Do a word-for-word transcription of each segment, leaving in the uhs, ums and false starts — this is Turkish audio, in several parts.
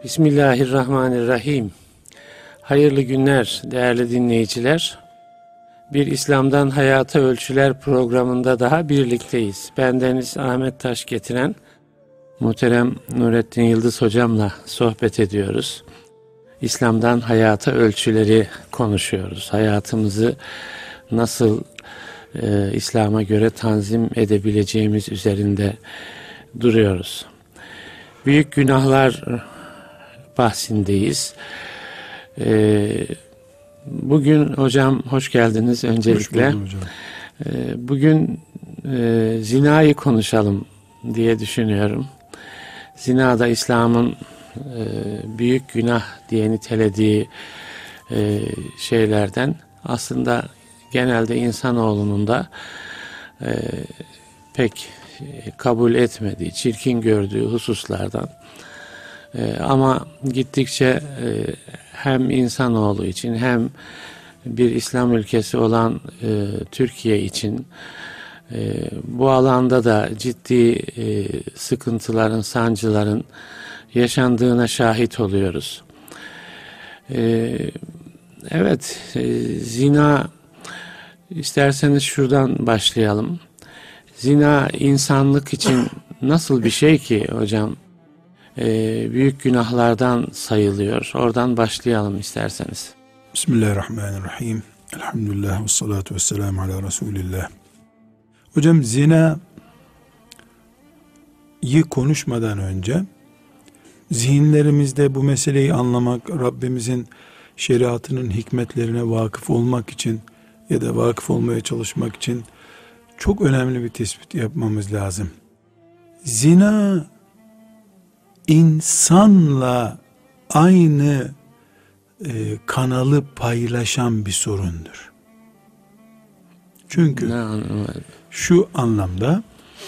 Bismillahirrahmanirrahim. Hayırlı günler değerli dinleyiciler. Bir İslam'dan Hayata Ölçüler programında daha birlikteyiz. Bendeniz Ahmet Taş getiren muhterem Nurettin Yıldız hocamla sohbet ediyoruz. İslam'dan hayata ölçüleri konuşuyoruz. Hayatımızı nasıl e, İslam'a göre tanzim edebileceğimiz üzerinde duruyoruz. Büyük günahlar bahsindeyiz. Ee, bugün hocam hoş geldiniz öncelikle. Hoş buldum hocam. Ee, bugün e, zinayı konuşalım diye düşünüyorum. Zina da İslam'ın e, büyük günah diye nitelediği e, şeylerden, aslında genelde insanoğlunun da e, pek kabul etmediği, çirkin gördüğü hususlardan. Ee, ama gittikçe e, hem insanoğlu için hem bir İslam ülkesi olan e, Türkiye için e, bu alanda da ciddi e, sıkıntıların, sancıların yaşandığına şahit oluyoruz. E, evet, e, zina, isterseniz şuradan başlayalım. Zina insanlık için nasıl bir şey ki hocam? Ee, büyük günahlardan sayılıyor. Oradan başlayalım isterseniz. Bismillahirrahmanirrahim. Elhamdülillah ve salatu ve selamu ala Resulillah. Hocam, zinayı konuşmadan önce zihinlerimizde bu meseleyi anlamak, Rabbimizin şeriatının hikmetlerine vakıf olmak için ya da vakıf olmaya çalışmak için çok önemli bir tespit yapmamız lazım. Zina insanla aynı e, kanalı paylaşan bir sorundur. Çünkü şu anlamda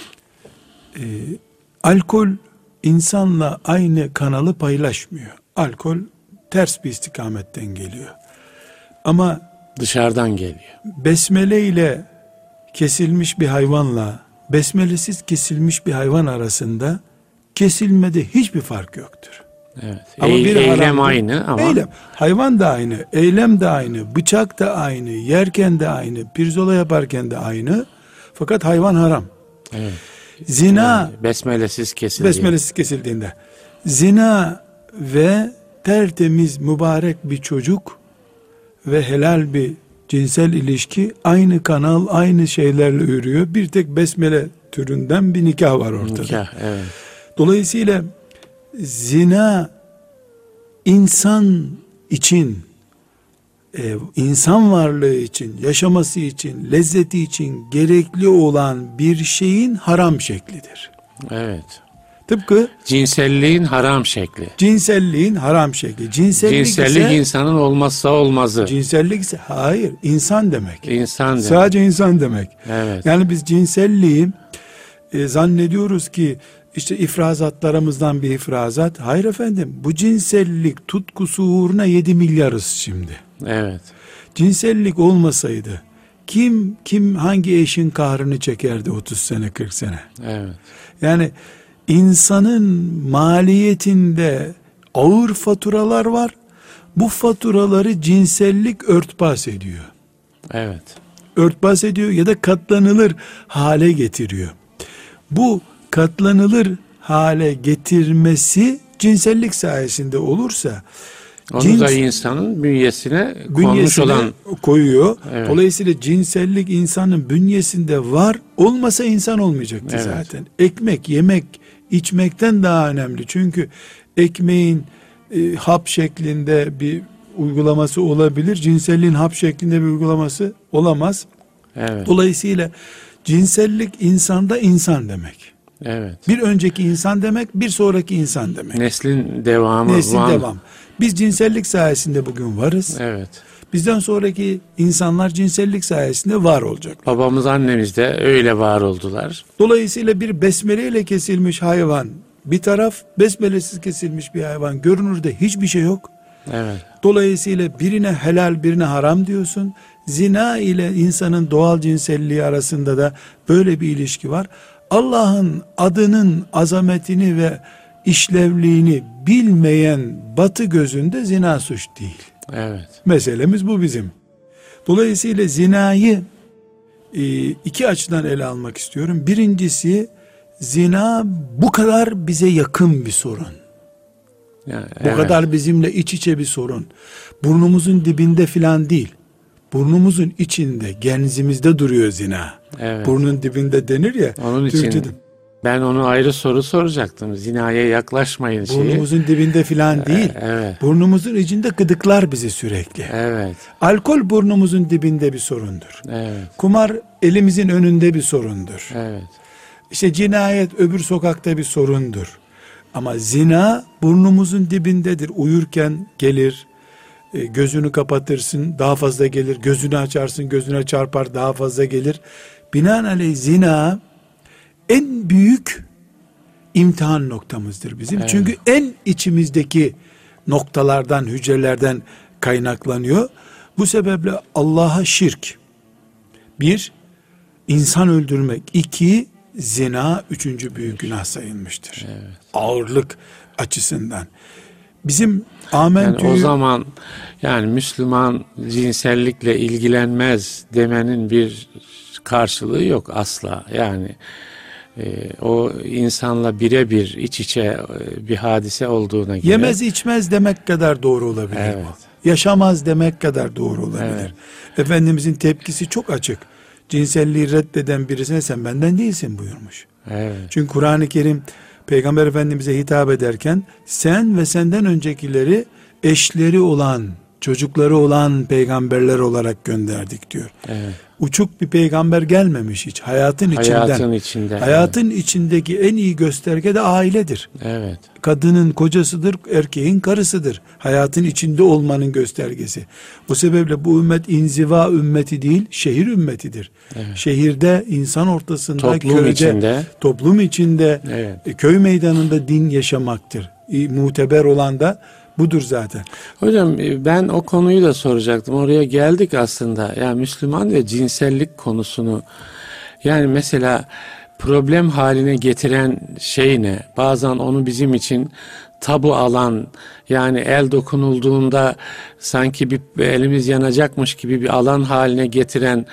e, alkol insanla aynı kanalı paylaşmıyor. Alkol ters bir istikametten geliyor. Ama dışarıdan geliyor. Besmele ile kesilmiş bir hayvanla besmelesiz kesilmiş bir hayvan arasında kesilmede hiçbir fark yoktur. Evet. Ama e- bir eylem haramdır. Aynı ama eylem. Hayvan da aynı, eylem de aynı, bıçak da aynı, yerken de aynı, pirzola yaparken de aynı. Fakat hayvan haram. Evet. Zina yani besmelesiz kesildiğinde. Besmelesiz kesildiğinde. Zina ve tertemiz mübarek bir çocuk ve helal bir cinsel ilişki aynı kanal, aynı şeylerle yürüyor. Bir tek besmele türünden bir nikah var ortada. Nikah, evet. Dolayısıyla zina insan için, e, insan varlığı için, yaşaması için, lezzeti için gerekli olan bir şeyin haram şeklidir. Evet. Tıpkı cinselliğin haram şekli. Cinselliğin haram şekli. Cinsellik, cinsellik ise, insanın olmazsa olmazı. Cinsellik ise hayır, insan demek. İnsan demek. Sadece insan demek. Evet. Yani biz cinselliği e, zannediyoruz ki İşte ifrazatlarımızdan bir ifrazat. Hayır efendim, bu cinsellik tutkusu uğruna yedi milyarız şimdi. Evet. Cinsellik olmasaydı kim kim hangi eşin kahrını çekerdi otuz sene kırk sene? Evet. Yani insanın maliyetinde ağır faturalar var. Bu faturaları cinsellik örtbas ediyor. Evet. Örtbas ediyor ya da katlanılır hale getiriyor. Bu katlanılır hale getirmesi cinsellik sayesinde olursa onu cins, da insanın bünyesine, bünyesine konmuş olan koyuyor. Evet. Dolayısıyla cinsellik insanın bünyesinde var, olmasa insan olmayacaktı evet. zaten. Ekmek, yemek, içmekten daha önemli. Çünkü ekmeğin e, hap şeklinde bir uygulaması olabilir. Cinselliğin hap şeklinde bir uygulaması olamaz. Evet. Dolayısıyla cinsellik insanda insan demek. Evet. Bir önceki insan demek, bir sonraki insan demek. Neslin devamı. Neslin var. devam. Biz cinsellik sayesinde bugün varız. Evet. Bizden sonraki insanlar cinsellik sayesinde var olacak. Babamız, annemiz de öyle var oldular. Dolayısıyla bir besmeleyle kesilmiş hayvan bir taraf, besmelesiz kesilmiş bir hayvan görünürde hiçbir şey yok. Evet. Dolayısıyla birine helal, birine haram diyorsun. Zina ile insanın doğal cinselliği arasında da böyle bir ilişki var. Allah'ın adının azametini ve işlevliğini bilmeyen Batı gözünde zina suç değil. Evet. Meselemiz bu bizim. Dolayısıyla zinayı e, iki açıdan ele almak istiyorum. Birincisi, zina bu kadar bize yakın bir sorun. Yani, Bu evet. kadar bizimle iç içe bir sorun. Burnumuzun dibinde filan değil. Burnumuzun içinde, genzimizde duruyor zina. Evet. Burnun dibinde denir ya. Onun için Türkçe'de. ben onu ayrı soru soracaktım. Zinaya yaklaşmayın şeyi. Burnumuzun dibinde filan değil. Evet. Burnumuzun içinde gıdıklar bizi sürekli. Evet. Alkol burnumuzun dibinde bir sorundur. Evet. Kumar elimizin önünde bir sorundur. Evet. İşte cinayet öbür sokakta bir sorundur. Ama zina burnumuzun dibindedir. Uyurken gelir, e, gözünü kapatırsın daha fazla gelir, gözünü açarsın gözüne çarpar daha fazla gelir. Binaenaleyh zina en büyük imtihan noktamızdır bizim. Evet. Çünkü en içimizdeki noktalardan, hücrelerden kaynaklanıyor. Bu sebeple Allah'a şirk, bir, insan öldürmek, iki, zina üçüncü büyük günah sayılmıştır. Evet. Ağırlık açısından. Bizim Yani Amentü'yü... o zaman yani Müslüman cinsellikle ilgilenmez demenin bir karşılığı yok asla. Yani e, o insanla birebir iç içe e, bir hadise olduğuna göre. Yemez içmez demek kadar doğru olabilir Evet. bu. Yaşamaz demek kadar doğru olabilir. Evet. Efendimizin tepkisi çok açık. Cinselliği reddeden birisine sen benden değilsin buyurmuş. Evet. Çünkü Kur'an-ı Kerim Peygamber Efendimiz'e hitap ederken sen ve senden öncekileri eşleri olan, çocukları olan peygamberler olarak gönderdik diyor. Evet. Uçuk bir peygamber gelmemiş hiç. Hayatın içinden. Hayatın içinde. Hayatın içindeki en iyi gösterge de ailedir. Evet. Kadının kocasıdır, erkeğin karısıdır. Hayatın içinde olmanın göstergesi. Bu sebeple bu ümmet inziva ümmeti değil, şehir ümmetidir. Evet. Şehirde, insan ortasında, Toplum köyde, içinde. toplum içinde, Evet. e, köy meydanında din yaşamaktır. E, muteber olan da budur zaten. Hocam e, ben o konuyu da soracaktım. Oraya geldik aslında. Yani Müslüman ve cinsellik konusunu, yani mesela problem haline getiren şey ne? Bazen onu bizim için tabu alan, yani el dokunulduğunda sanki bir elimiz yanacakmış gibi bir alan haline getiren,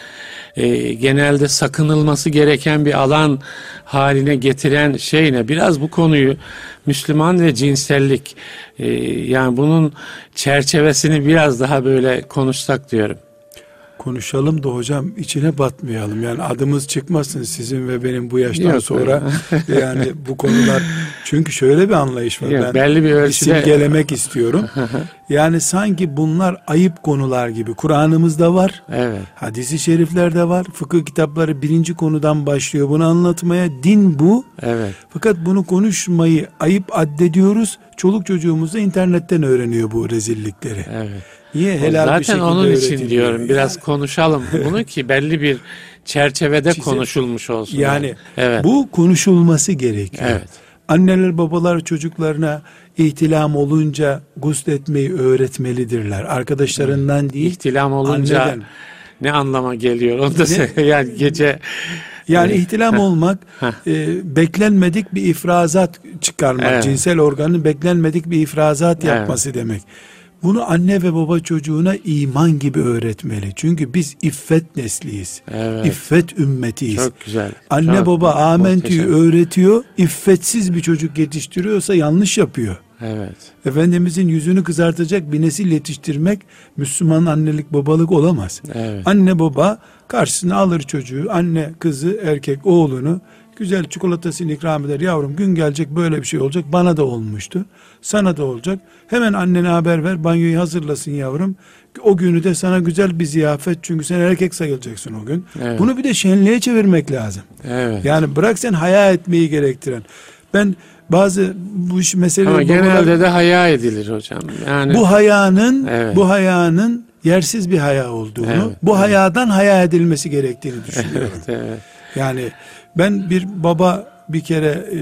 e, genelde sakınılması gereken bir alan haline getiren şey ne? Biraz bu konuyu, Müslüman ve cinsellik, e, yani bunun çerçevesini biraz daha böyle konuşsak diyorum. Konuşalım da hocam içine batmayalım. Yani adımız çıkmasın sizin ve benim bu yaştan Yok, sonra. Yani bu konular, çünkü şöyle bir anlayış var. Yok, ben belli bir ölçüde simgelemek istiyorum. Yani sanki bunlar ayıp konular gibi. Kur'an'ımızda var. Evet. Hadis-i şeriflerde var. Fıkıh kitapları birinci konudan başlıyor bunu anlatmaya. Din bu. Evet. Fakat bunu konuşmayı ayıp addediyoruz. Çoluk çocuğumuz da internetten öğreniyor bu rezillikleri. Evet. Niye helal Zaten bir şekilde onun için öğretiliyor? diyorum biraz Yani- konuşalım bunu ki belli bir çerçevede Çizelim. konuşulmuş olsun. Yani evet. bu konuşulması gerekiyor. Evet. Anneler babalar çocuklarına ihtilam olunca gusletmeyi öğretmelidirler. Arkadaşlarından değil. İhtilam olunca anneden. ne anlama geliyor onu da söyle. Yani gece Yani Evet. ihtilam olmak Heh. e, beklenmedik bir ifrazat çıkarmak. Evet. Cinsel organın beklenmedik bir ifrazat Evet. yapması demek. Bunu anne ve baba çocuğuna iman gibi öğretmeli. Çünkü biz iffet nesliyiz. Evet. İffet ümmetiyiz. çok güzel. Anne Çok baba amentüyü muhteşem. öğretiyor. İffetsiz bir çocuk yetiştiriyorsa yanlış yapıyor. Evet. Efendimizin yüzünü kızartacak bir nesil yetiştirmek Müslüman annelik babalık olamaz. Evet. Anne baba karşısına alır çocuğu, anne kızı, erkek oğlunu, güzel çikolatasını ikram eder. Yavrum gün gelecek böyle bir şey olacak, bana da olmuştu, sana da olacak. Hemen annene haber ver, banyoyu hazırlasın yavrum. O günü de sana güzel bir ziyafet, çünkü sen erkek sayılacaksın o gün. Evet. Bunu bir de şenliğe çevirmek lazım. Evet. Yani bırak sen haya etmeyi gerektiren. Ben bazı bu iş meseleleri Ama babalar- genelde de haya edilir hocam. Yani bu hayanın Evet. bu hayanın yersiz bir haya olduğunu, Evet, bu evet. hayadan haya edilmesi gerektiğini düşünüyorum. evet, evet. Yani ben bir baba bir kere e,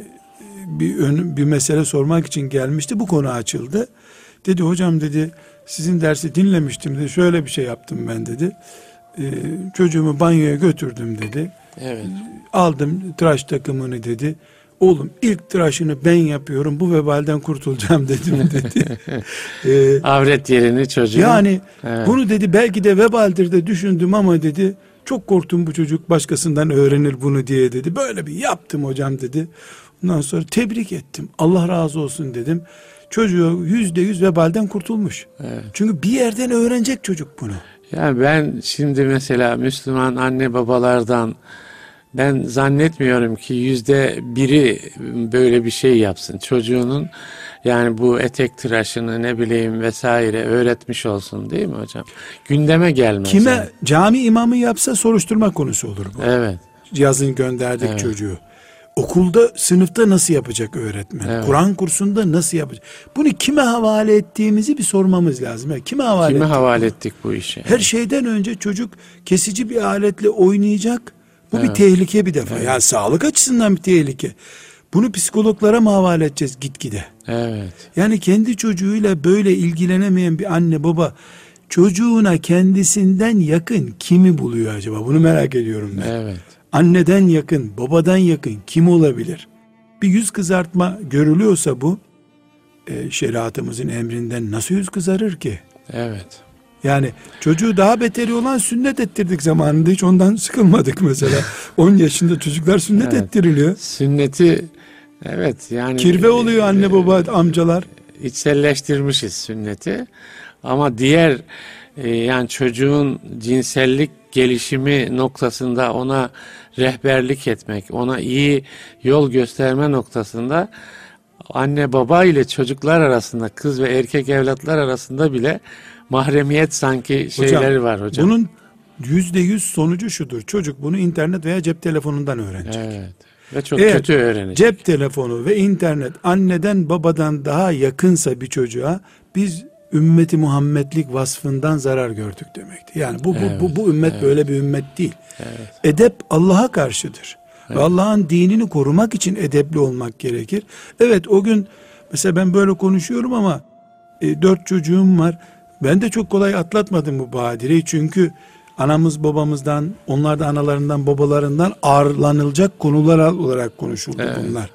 bir ön, bir mesele sormak için gelmişti. Bu konu açıldı. Dedi hocam dedi sizin dersi dinlemiştim dedi. Şöyle bir şey yaptım ben dedi. E, çocuğumu banyoya götürdüm dedi. Evet. Aldım tıraş takımını dedi. Oğlum ilk tıraşını ben yapıyorum, bu vebalden kurtulacağım dedim dedi. ee, Avret yerini çocuğun. Yani evet. bunu dedi belki de vebaldir de düşündüm ama dedi çok korktum bu çocuk başkasından öğrenir bunu diye dedi. Böyle bir yaptım hocam dedi. Ondan sonra tebrik ettim. Allah razı olsun dedim. Çocuğu yüzde yüz vebalden kurtulmuş. Evet. Çünkü bir yerden öğrenecek çocuk bunu. Yani ben şimdi mesela Müslüman anne babalardan ben zannetmiyorum ki yüzde biri böyle bir şey yapsın. Çocuğunun yani bu etek tıraşını ne bileyim vesaire öğretmiş olsun, değil mi hocam? Gündeme gelmez. Kime yani. Cami imamı yapsa soruşturma konusu olur bu. Evet. Yazın gönderdik evet. çocuğu. Okulda, sınıfta nasıl yapacak öğretmen? Evet. Kur'an kursunda nasıl yapacak? Bunu kime havale ettiğimizi bir sormamız lazım. Yani kime havale kime ettik? havale ettik bu işi? Her şeyden önce çocuk kesici bir aletle oynayacak. Bu evet. bir tehlike bir defa. Evet. Yani sağlık açısından bir tehlike. Bunu psikologlara mı havale edeceğiz gitgide? Evet. Yani kendi çocuğuyla böyle ilgilenemeyen bir anne baba çocuğuna kendisinden yakın kimi buluyor acaba? Bunu merak ediyorum ben. Evet. Anneden yakın, babadan yakın kim olabilir? Bir yüz kızartma görülüyorsa bu e, şeriatımızın emrinden nasıl yüz kızarır ki? Evet. Yani çocuğu daha beteri olan sünnet ettirdik zamanında, hiç ondan sıkılmadık mesela. on yaşında çocuklar sünnet evet. ettiriliyor. Sünneti evet yani kirve oluyor anne baba amcalar. İçselleştirmişiz sünneti. Ama diğer e, yani çocuğun cinsellik gelişimi noktasında ona rehberlik etmek, ona iyi yol gösterme noktasında anne baba ile çocuklar arasında, kız ve erkek evlatlar arasında bile mahremiyet sanki şeyleri hocam, var hocam. Bunun yüzde yüz sonucu şudur. Çocuk bunu internet veya cep telefonundan öğrenecek. Evet. Ve çok Eğer kötü öğrenecek. Cep telefonu ve internet anneden babadan daha yakınsa bir çocuğa biz ümmeti Muhammedlik vasfından zarar gördük demektir. Yani bu evet, bu bu, bu ümmet evet. böyle bir ümmet değil. Evet. Edep Allah'a karşıdır. Evet. Ve Allah'ın dinini korumak için edepli olmak gerekir. Evet, o gün mesela ben böyle konuşuyorum ama e, dört çocuğum var. Ben de çok kolay atlatmadım bu badireyi. Çünkü anamız babamızdan, onlar da analarından babalarından ağırlanılacak konular olarak konuşuldu evet. bunlar.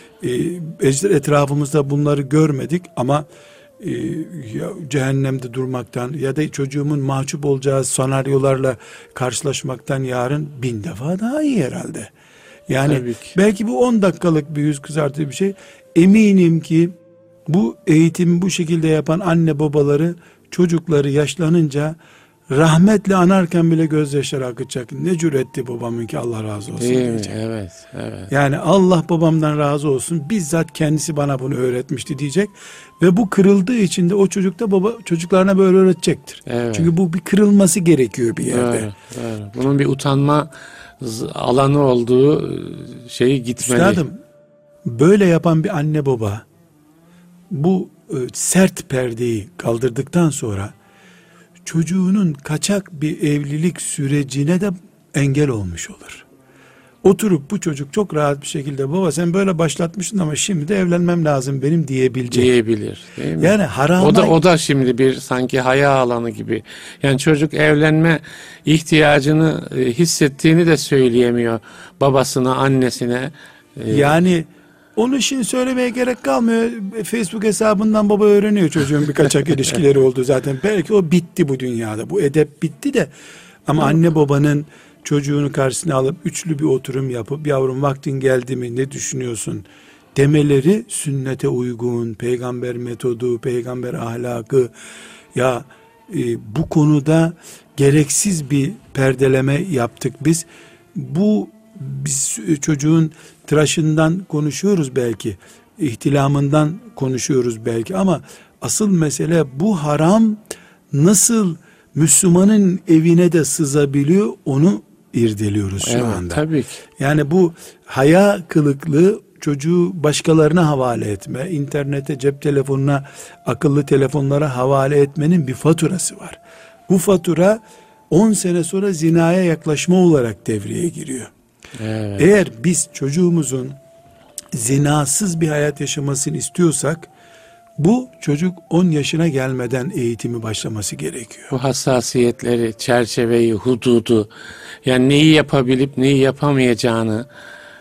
Ee, etrafımızda bunları görmedik ama e, ya, cehennemde durmaktan ya da çocuğumun mahcup olacağı senaryolarla karşılaşmaktan yarın bin defa daha iyi herhalde. Yani belki bu on dakikalık bir yüz kızartıcı bir şey. Eminim ki bu eğitimi bu şekilde yapan anne babaları çocukları yaşlanınca rahmetle anarken bile gözyaşları akıtacak. Ne cüretti babamın ki Allah razı olsun Değil diyecek. Mi? Evet, evet. Yani Allah babamdan razı olsun. Bizzat kendisi bana bunu öğretmişti diyecek. Ve bu kırıldığı için de o çocuk da baba çocuklarına böyle öğretecektir. Evet. Çünkü bu bir kırılması gerekiyor bir yerde. Doğru, doğru. Bunun bir utanma alanı olduğu şeyi gitmeli. Üstadım, böyle yapan bir anne baba bu e, sert perdeyi kaldırdıktan sonra çocuğunun kaçak bir evlilik sürecine de engel olmuş olur. Oturup bu çocuk çok rahat bir şekilde baba sen böyle başlatmışsın ama şimdi de evlenmem lazım benim diyebilecek. Diyebilir, değil mi? Yani harama... O da o da şimdi bir sanki haya alanı gibi. Yani çocuk evlenme ihtiyacını hissettiğini de söyleyemiyor babasına, annesine. Yani onu şimdi söylemeye gerek kalmıyor. Facebook hesabından baba öğreniyor çocuğun bir kaçak ilişkileri oldu zaten. Belki o bitti bu dünyada. Bu edep bitti de. Ama anne babanın çocuğunu karşısına alıp üçlü bir oturum yapıp yavrum vaktin geldi mi ne düşünüyorsun demeleri sünnete uygun, peygamber metodu, peygamber ahlakı. Ya e, bu konuda gereksiz bir perdeleme yaptık biz. Bu biz çocuğun tıraşından konuşuyoruz belki, ihtilamından konuşuyoruz belki ama asıl mesele bu haram nasıl Müslümanın evine de sızabiliyor onu irdeliyoruz şu evet, anda. Tabii ki. Yani bu haya kılıklığı çocuğu başkalarına havale etme, internete, cep telefonuna, akıllı telefonlara havale etmenin bir faturası var. Bu fatura on sene sonra zinaya yaklaşma olarak devreye giriyor. Evet. Eğer biz çocuğumuzun zinasız bir hayat yaşamasını istiyorsak bu çocuk on yaşına gelmeden eğitimi başlaması gerekiyor. Bu hassasiyetleri, çerçeveyi, hududu, yani neyi yapabilip neyi yapamayacağını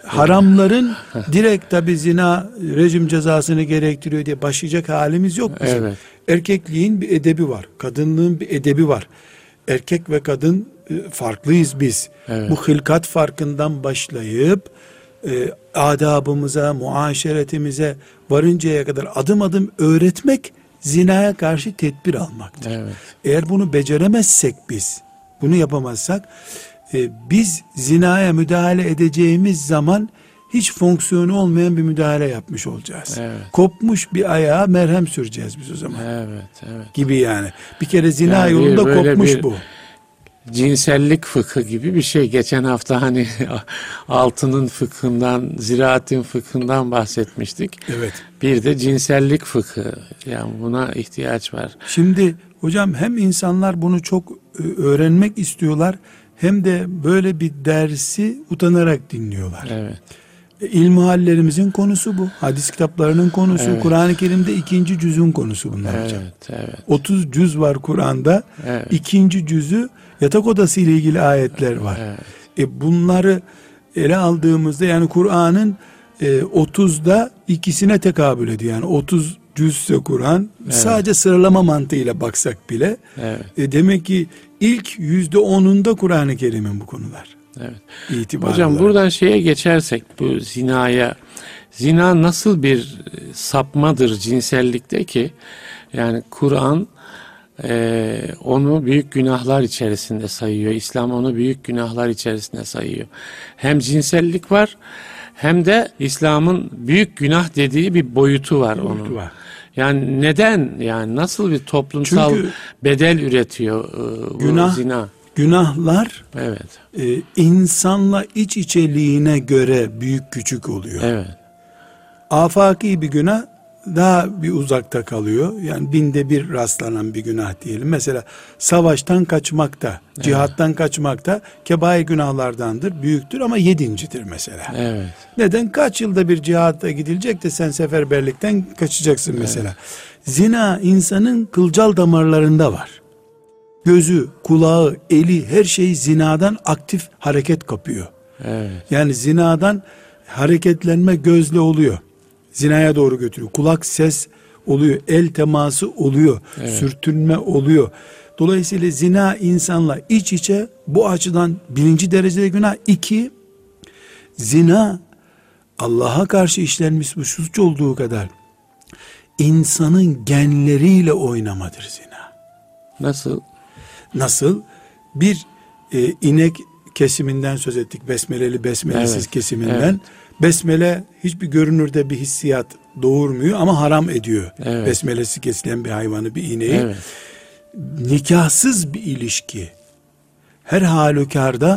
haramların direkt tabi zina rejim cezasını gerektiriyor diye başlayacak halimiz yok bizim. Evet. Erkekliğin bir edebi var. Kadınlığın bir edebi var. Erkek ve kadın e, farklıyız biz. Evet. Bu hılkat farkından başlayıp e, adabımıza, muaşeretimize varıncaya kadar adım adım öğretmek zinaya karşı tedbir almaktır. Evet. Eğer bunu beceremezsek biz, bunu yapamazsak e, biz zinaya müdahale edeceğimiz zaman hiç fonksiyonu olmayan bir müdahale yapmış olacağız. Evet. Kopmuş bir ayağa merhem süreceğiz biz o zaman. Evet, evet. Gibi yani. Bir kere zina Yani yolunda böyle kopmuş bir bu. Cinsellik fıkhı gibi bir şey. Geçen hafta hani altının fıkhından, ziraatin fıkhından bahsetmiştik. Evet. Bir de cinsellik fıkhı. Yani buna ihtiyaç var. Şimdi hocam hem insanlar bunu çok e, öğrenmek istiyorlar, hem de böyle bir dersi utanarak dinliyorlar. Evet. E, İlmihallerimizin konusu bu. Hadis kitaplarının konusu. Evet. Kur'an-ı Kerim'de ikinci cüzün konusu bunlar Evet, hocam. evet. otuz cüz var Kur'an'da. Evet. İkinci cüzü yatak odası ile ilgili ayetler var. Evet. E bunları ele aldığımızda yani Kur'an'ın e, otuzda ikisine tekabül ediyor. Yani otuz cüzse Kur'an, Evet. sadece sıralama mantığıyla baksak bile Evet. e, demek ki ilk yüzde onunda Kur'an-ı Kerim'in bu konular. Evet. İtibar Hocam olarak. buradan şeye geçersek, bu zinaya, zina nasıl bir sapmadır cinsellikte ki yani Kur'an e, onu büyük günahlar içerisinde sayıyor. İslam onu büyük günahlar içerisinde sayıyor. Hem cinsellik var hem de İslam'ın büyük günah dediği bir boyutu var Boyutu onun. var. Yani neden, yani nasıl bir toplumsal Çünkü bedel üretiyor e, bu günah- zina? Günahlar Evet. e, insanla iç içeliğine göre büyük küçük oluyor. Evet. Afaki bir günah daha bir uzakta kalıyor. Yani binde bir rastlanan bir günah diyelim. Mesela savaştan kaçmakta, cihattan kaçmakta kebair günahlardandır, büyüktür ama yedincidir mesela. Evet. Neden? Kaç yılda bir cihata gidilecek de sen seferberlikten kaçacaksın mesela. Zina insanın kılcal damarlarında var. Gözü, kulağı, eli, her şey zinadan aktif hareket kapıyor. Evet. Yani zinadan hareketlenme gözle oluyor. Zinaya doğru götürüyor. Kulak ses oluyor. El teması oluyor. Evet. Sürtünme oluyor. Dolayısıyla zina insanla iç içe, bu açıdan birinci derecede günah. İki, zina Allah'a karşı işlenmiş bir suç olduğu kadar insanın genleriyle oynamadır zina. Nasıl? Nasıl? Bir e, inek kesiminden söz ettik. Besmeleli, besmelesiz Evet, kesiminden. evet. Besmele hiçbir görünürde bir hissiyat doğurmuyor ama haram ediyor. Evet. Besmelesi kesilen bir hayvanı, bir ineği. Evet. Nikahsız bir ilişki her halükarda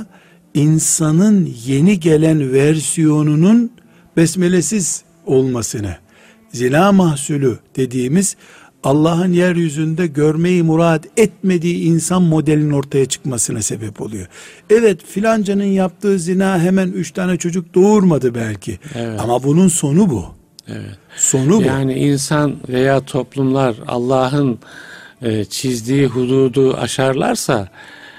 insanın yeni gelen versiyonunun besmelesiz olmasını, zina mahsulü dediğimiz Allah'ın yeryüzünde görmeyi murad etmediği insan modelinin ortaya çıkmasına sebep oluyor. Evet, filancanın yaptığı zina hemen üç tane çocuk doğurmadı belki. Evet. Ama bunun sonu bu. Evet. Sonu bu. Yani insan veya toplumlar Allah'ın e, çizdiği hududu aşarlarsa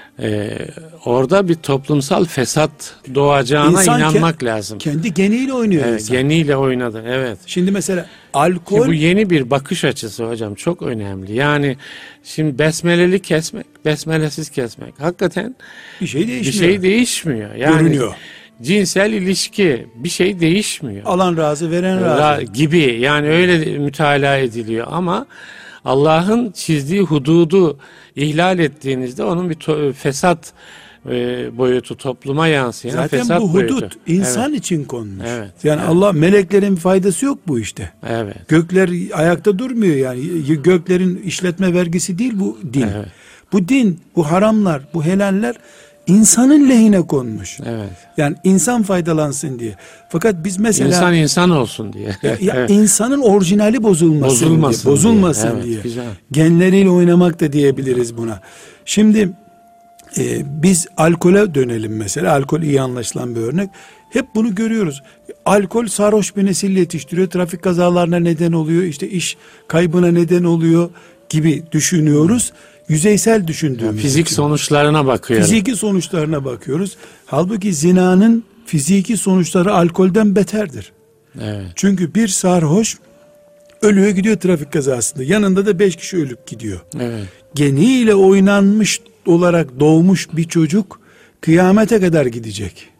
e, orada bir toplumsal fesat doğacağına İnsan inanmak ke- lazım. Kendi geniyle oynuyor Evet, insan. geniyle oynadı. Evet. Şimdi mesela Ki alkol bu yeni bir bakış açısı hocam, çok önemli. Yani şimdi besmeleli kesmek, besmelesiz kesmek hakikaten bir şey bir değişmiyor. şey değişmiyor. Yani Görünüyor. cinsel ilişki bir şey değişmiyor. Alan razı, veren razı. Ra- gibi yani öyle mütalaa ediliyor ama Allah'ın çizdiği hududu ihlal ettiğinizde onun bir to- fesat e, boyutu, topluma yansıyan Zaten fesat bu boyutu. hudut insan Evet. için konmuş. Evet, Yani evet. Allah, meleklerin bir faydası yok bu işte. Evet. Gökler ayakta durmuyor yani. Göklerin işletme vergisi değil bu din. Evet. Bu din, bu haramlar, bu helaller insanın lehine konmuş. Evet. Yani insan faydalansın diye. Fakat biz mesela İnsan insan olsun diye. ya, ya Evet. insanın orijinali bozulmasın, Bozulmasın diye, bozulmasın diye. Evet, diye. güzel. Genleriyle oynamak da diyebiliriz buna. Şimdi e, biz alkole dönelim mesela. Alkol iyi anlaşılan bir örnek. Hep bunu görüyoruz. Alkol sarhoş bir nesil yetiştiriyor. Trafik kazalarına neden oluyor. İşte iş kaybına neden oluyor gibi düşünüyoruz. Yüzeysel düşündüğümüz Fizik için. sonuçlarına bakıyorum. Fiziki sonuçlarına bakıyoruz. Halbuki zinanın fiziki sonuçları alkolden beterdir. Evet. Çünkü bir sarhoş ölüyor gidiyor trafik kazasında. Yanında da beş kişi ölüp gidiyor. Evet. Geniyle oynanmış olarak doğmuş bir çocuk kıyamete kadar gidecek.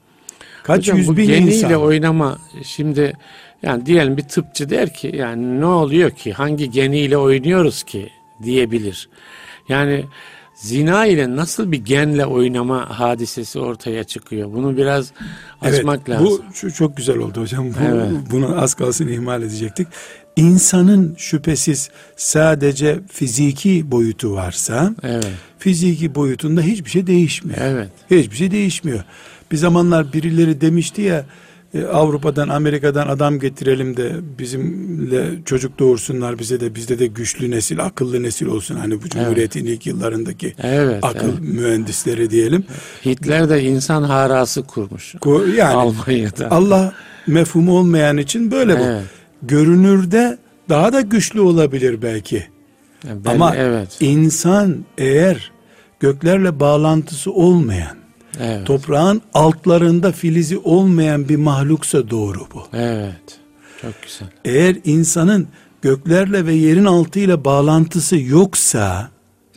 Kaç Hocam, yüz bu bin geniyle insan. oynama şimdi, yani diyelim bir tıpçı der ki yani ne oluyor ki, hangi geniyle oynuyoruz ki diyebilir. Yani zina ile nasıl bir genle oynama hadisesi ortaya çıkıyor? Bunu biraz açmak Evet, lazım. bu şu çok güzel oldu hocam. Bu, Evet. Bunu az kalsın ihmal edecektik. İnsanın şüphesiz sadece fiziki boyutu varsa, Evet. fiziki boyutunda hiçbir şey değişmiyor. Evet. Hiçbir şey değişmiyor. Bir zamanlar birileri demişti ya, e, Avrupa'dan, Amerika'dan adam getirelim de bizimle çocuk doğursunlar, bize de, bizde de güçlü nesil, akıllı nesil olsun. Hani bu Cumhuriyet'in ilk yıllarındaki Evet, akıl evet. mühendisleri diyelim. Hitler de insan harası kurmuş. Ko- Yani Almanya'da. Allah mefhumu olmayan için böyle bu. Evet. Görünürde daha da güçlü olabilir belki. Yani ben- Ama evet. insan eğer göklerle bağlantısı olmayan, Evet. toprağın altlarında filizi olmayan bir mahluksa doğru bu. Evet. Çok güzel. Eğer insanın göklerle ve yerin altıyla bağlantısı yoksa,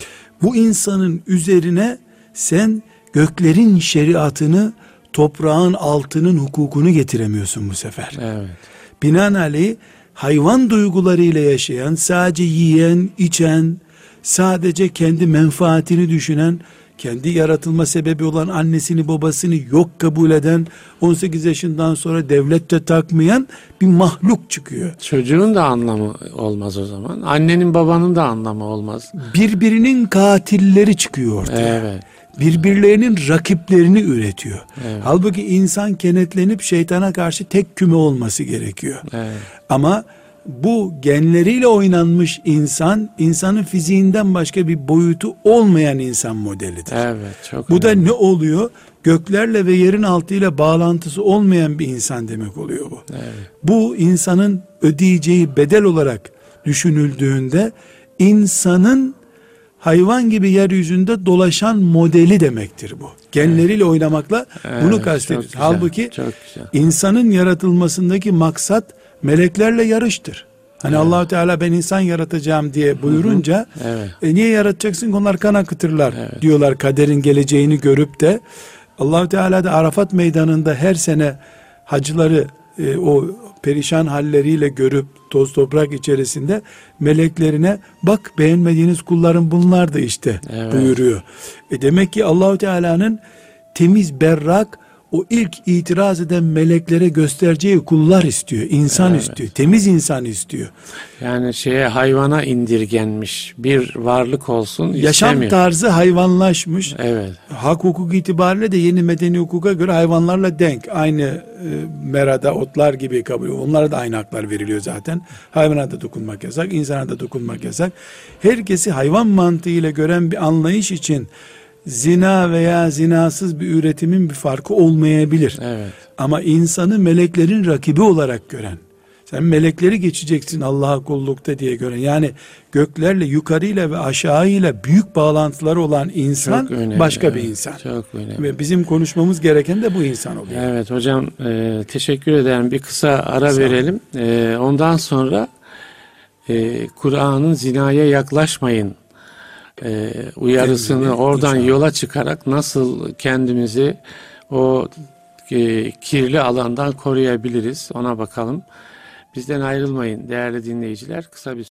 bu insanın üzerine sen göklerin şeriatını, toprağın altının hukukunu getiremiyorsun bu sefer. Evet. Binaenaleyh hayvan duygularıyla yaşayan, sadece yiyen, içen, sadece kendi menfaatini düşünen, kendi yaratılma sebebi olan annesini babasını yok kabul eden, on sekiz yaşından sonra devlette takmayan bir mahluk çıkıyor. Çocuğun da anlamı olmaz o zaman. Annenin babanın da anlamı olmaz. Birbirinin katilleri çıkıyor ortaya. Evet. Birbirlerinin rakiplerini üretiyor. Evet. Halbuki insan kenetlenip şeytana karşı tek küme olması gerekiyor. Evet. Ama bu genleriyle oynanmış insan, insanın fiziğinden başka bir boyutu olmayan insan modelidir. Evet. Çok Bu da önemli. ne oluyor? Göklerle ve yerin altıyla bağlantısı olmayan bir insan demek oluyor bu. Evet. Bu insanın ödeyeceği bedel olarak düşünüldüğünde insanın hayvan gibi yeryüzünde dolaşan modeli demektir bu. Genleriyle oynamakla Evet, bunu çok kastediyoruz. güzel, Halbuki çok güzel. insanın yaratılmasındaki maksat meleklerle yarıştır. Hani Evet. Allahu Teala ben insan yaratacağım diye buyurunca, Evet. e niye yaratacaksın? Onlar kan akıtırlar Evet. diyorlar, kaderin geleceğini görüp de. Allahu Teala da Arafat meydanında her sene hacıları e, o perişan halleriyle görüp toz toprak içerisinde meleklerine bak beğenmediğiniz kullarım bunlardı işte Evet. buyuruyor. E demek ki Allahu Teala'nın temiz, berrak, o ilk itiraz eden meleklere göstereceği kullar istiyor, insan Evet. istiyor, temiz insan istiyor. Yani şeye, hayvana indirgenmiş bir varlık olsun Yaşam istemiyor. tarzı hayvanlaşmış. Evet. Hak hukuk itibariyle de yeni medeni hukuka göre hayvanlarla denk. Aynı e, merada otlar gibi kabul. Onlara da aynı haklar veriliyor zaten. Hayvana da dokunmak yasak, insana da dokunmak yasak. Herkesi hayvan mantığıyla gören bir anlayış için zina veya zinasız bir üretimin bir farkı olmayabilir. Evet. Ama insanı meleklerin rakibi olarak gören, sen melekleri geçeceksin Allah'a kullukta diye gören, yani göklerle, yukarıyla ve aşağıyla büyük bağlantıları olan insan Çok önemli, başka bir evet. insan. Çok önemli. Ve bizim konuşmamız gereken de bu insan oluyor. Evet hocam, e, teşekkür ederim. Bir kısa ara Sağ olun. verelim. E, ondan sonra e, Kur'an'ın zinaya yaklaşmayın e, uyarısını Emrini oradan inşallah. yola çıkarak nasıl kendimizi o e, kirli alandan koruyabiliriz, ona bakalım. Bizden ayrılmayın değerli dinleyiciler. Kısa bir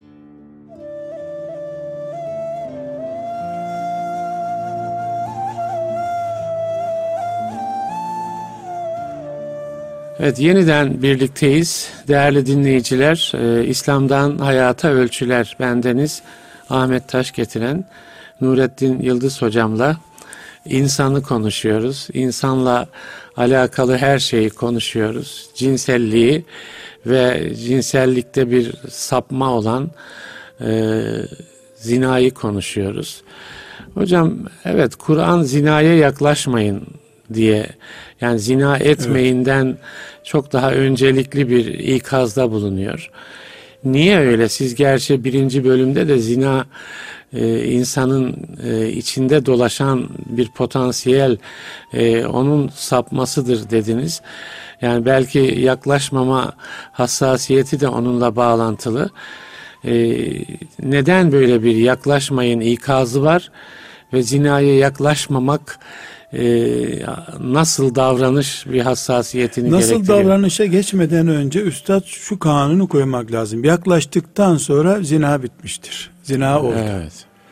Evet, yeniden birlikteyiz. Değerli dinleyiciler, e, İslam'dan Hayata Ölçüler, bendeniz Ahmet Taş getiren Nurettin Yıldız hocamla insanı konuşuyoruz. İnsanla alakalı her şeyi konuşuyoruz. Cinselliği ve cinsellikte bir sapma olan e, zinayı konuşuyoruz. Hocam, evet, Kur'an zinaya yaklaşmayın diye, yani zina etmeyinden evet. çok daha öncelikli bir ikazda bulunuyor. Niye öyle? Siz gerçi birinci bölümde de zina e, insanın e, içinde dolaşan bir potansiyel, e, onun sapmasıdır dediniz. Yani belki yaklaşmama hassasiyeti de onunla bağlantılı. E, neden böyle bir yaklaşmayın ikazı var ve zinaya yaklaşmamak e, nasıl davranış bir hassasiyetini Nasıl gerektiriyor? davranışa geçmeden önce üstad şu kanunu koymak lazım. Yaklaştıktan sonra zina bitmiştir. Zina oldu. Evet.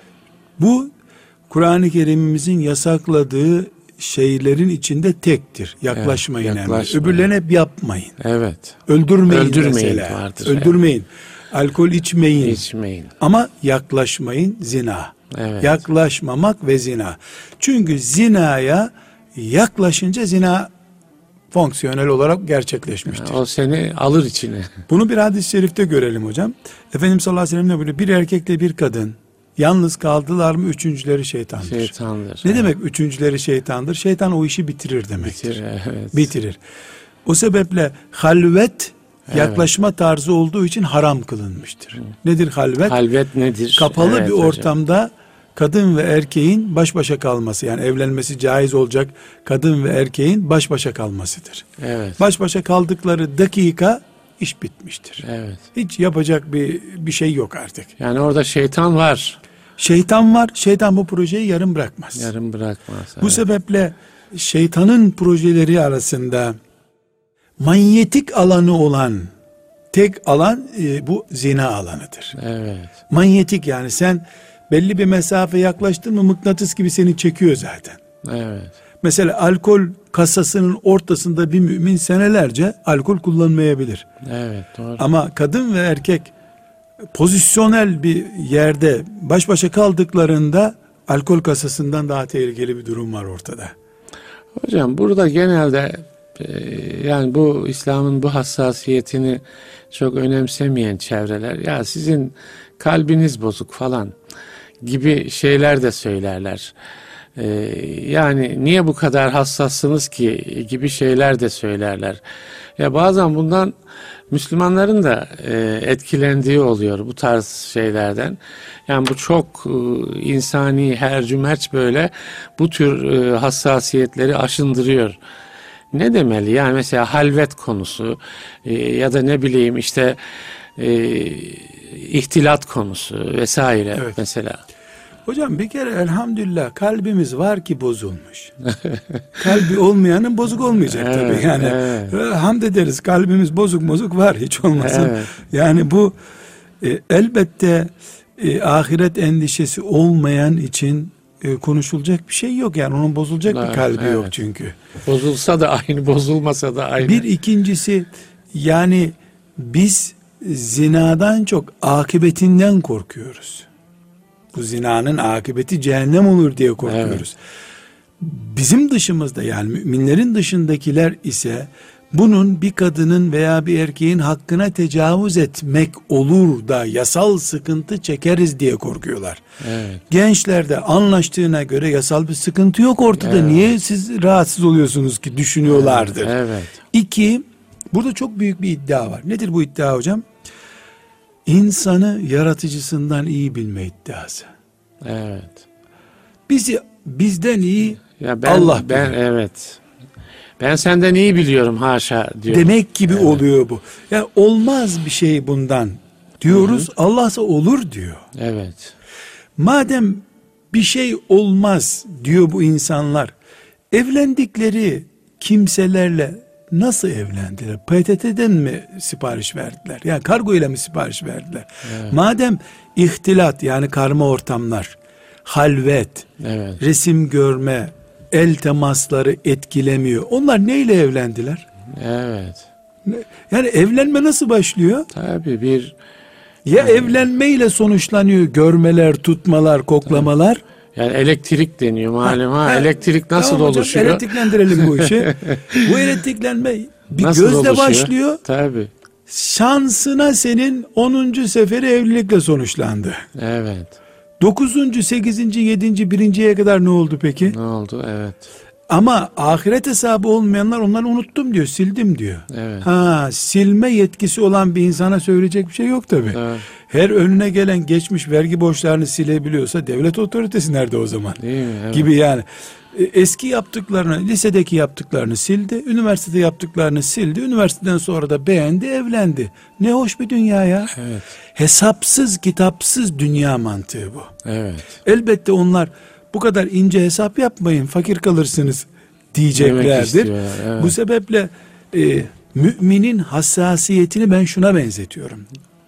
Bu Kur'an-ı Kerim'imizin yasakladığı şeylerin içinde tektir. Yaklaşmayın. Evet, yaklaşmayın. Öbürlerine hep yapmayın. Evet. Öldürmeyin, Öldürmeyin mesela. vardır. Öldürmeyin. Alkol içmeyin. İçmeyin. Ama yaklaşmayın, zina. Evet. Yaklaşmamak ve zina. Çünkü zinaya yaklaşınca zina fonksiyonel olarak gerçekleşmiştir. O seni alır içine. Bunu bir hadis-i şerifte görelim hocam. Efendimiz sallallahu aleyhi ve sellem de böyle bir erkekle bir kadın yalnız kaldılar mı üçüncüleri şeytandır. Şeytandır. Ne evet. demek üçüncüleri şeytandır? Şeytan o işi bitirir demektir. Bitirir, evet. Bitirir. O sebeple halvet Evet. yaklaşma tarzı olduğu için haram kılınmıştır. Hı. Nedir halvet? Halvet nedir? Kapalı Evet bir hocam. ortamda kadın ve erkeğin baş başa kalması, yani evlenmesi caiz olacak kadın ve erkeğin baş başa kalmasıdır. Evet. Baş başa kaldıkları dakika iş bitmiştir. Evet. Hiç yapacak bir bir şey yok artık. Yani orada şeytan var. Şeytan var. Şeytan bu projeyi yarım bırakmaz. Yarım bırakmaz. Bu evet. sebeple şeytanın projeleri arasında manyetik alanı olan tek alan e, bu zina alanıdır. Evet. Manyetik, yani sen belli bir mesafe yaklaştın mı mıknatıs gibi seni çekiyor zaten. Evet. Mesela alkol kasasının ortasında bir mümin senelerce alkol kullanmayabilir. Evet, doğru. Ama kadın ve erkek pozisyonel bir yerde baş başa kaldıklarında alkol kasasından daha tehlikeli bir durum var ortada. Hocam burada genelde e, yani bu İslam'ın bu hassasiyetini çok önemsemeyen çevreler, ya sizin kalbiniz bozuk falan gibi şeyler de söylerler. Ee, yani niye bu kadar hassassınız ki gibi şeyler de söylerler. Ya bazen bundan Müslümanların da e, etkilendiği oluyor bu tarz şeylerden. Yani bu çok e, insani, hercümerç böyle bu tür e, hassasiyetleri aşındırıyor. Ne demeli? Yani mesela halvet konusu e, ya da ne bileyim işte e, ihtilat konusu vesaire Evet. mesela. Hocam bir kere elhamdülillah kalbimiz var ki bozulmuş. Kalbi olmayanın bozuk olmayacak Evet, tabii. Yani evet. hamd ederiz, kalbimiz bozuk bozuk var, hiç olmasın. Evet. Yani bu e, elbette e, ahiret endişesi olmayan için e, konuşulacak bir şey yok. Yani onun bozulacak Evet, bir kalbi evet. yok çünkü. Bozulsa da aynı, bozulmasa da aynı. Bir ikincisi, yani biz zinadan çok akıbetinden korkuyoruz. Bu zinanın akıbeti cehennem olur diye korkuyoruz. Evet. Bizim dışımızda, yani müminlerin dışındakiler ise bunun bir kadının veya bir erkeğin hakkına tecavüz etmek olur da yasal sıkıntı çekeriz diye korkuyorlar. Evet. Gençlerde anlaştığına göre yasal bir sıkıntı yok ortada. Evet. Niye siz rahatsız oluyorsunuz ki düşünüyorlardır. Evet. Evet. İki, burada çok büyük bir iddia var. Nedir bu iddia hocam? İnsanı yaratıcısından iyi bilme iddiası. Evet. Bizi bizden iyi Ya ben, Allah ben bilir. evet. Ben senden iyi biliyorum haşa diyor. Demek gibi Evet. oluyor bu. Yani olmaz bir şey bundan diyoruz. Allah ise olur diyor. Evet. Madem bir şey olmaz diyor bu insanlar, evlendikleri kimselerle nasıl evlendiler? P T T'den mi sipariş verdiler? Yani kargo ile mi sipariş verdiler? Evet. Madem ihtilat, yani karma ortamlar, halvet, Evet. resim görme, el temasları etkilemiyor. Onlar neyle evlendiler? Evet. Yani evlenme nasıl başlıyor? Tabii bir Ya evlenmeyle sonuçlanıyor görmeler, tutmalar, koklamalar. yani elektrik deniyor malum ha. Ha, Elektrik nasıl tamam hocam, oluşuyor? elektriklendirelim bu işi. Bu elektriklenme bir Nasıl gözle oluşuyor? başlıyor. Tabii. Şansına senin onuncu seferi evlilikle sonuçlandı. Evet. dokuzuncu, sekizinci, yedinci, birinciye kadar ne oldu peki? Ne oldu? Evet. Ama ahiret hesabı olmayanlar onları unuttum diyor, sildim diyor. Evet. Ha, silme yetkisi olan bir insana söyleyecek bir şey yok tabii. Evet. Her önüne gelen geçmiş vergi borçlarını silebiliyorsa devlet otoritesi nerede o zaman? Değil mi? Evet. Gibi yani. Eski yaptıklarını, lisedeki yaptıklarını sildi, üniversitede yaptıklarını sildi, üniversiteden sonra da beğendi, evlendi. Ne hoş bir dünya ya. Evet. Hesapsız, kitapsız dünya mantığı bu. Evet. Elbette onlar bu kadar ince hesap yapmayın, fakir kalırsınız diyeceklerdir. Evet. Bu sebeple e, müminin hassasiyetini ben şuna benzetiyorum.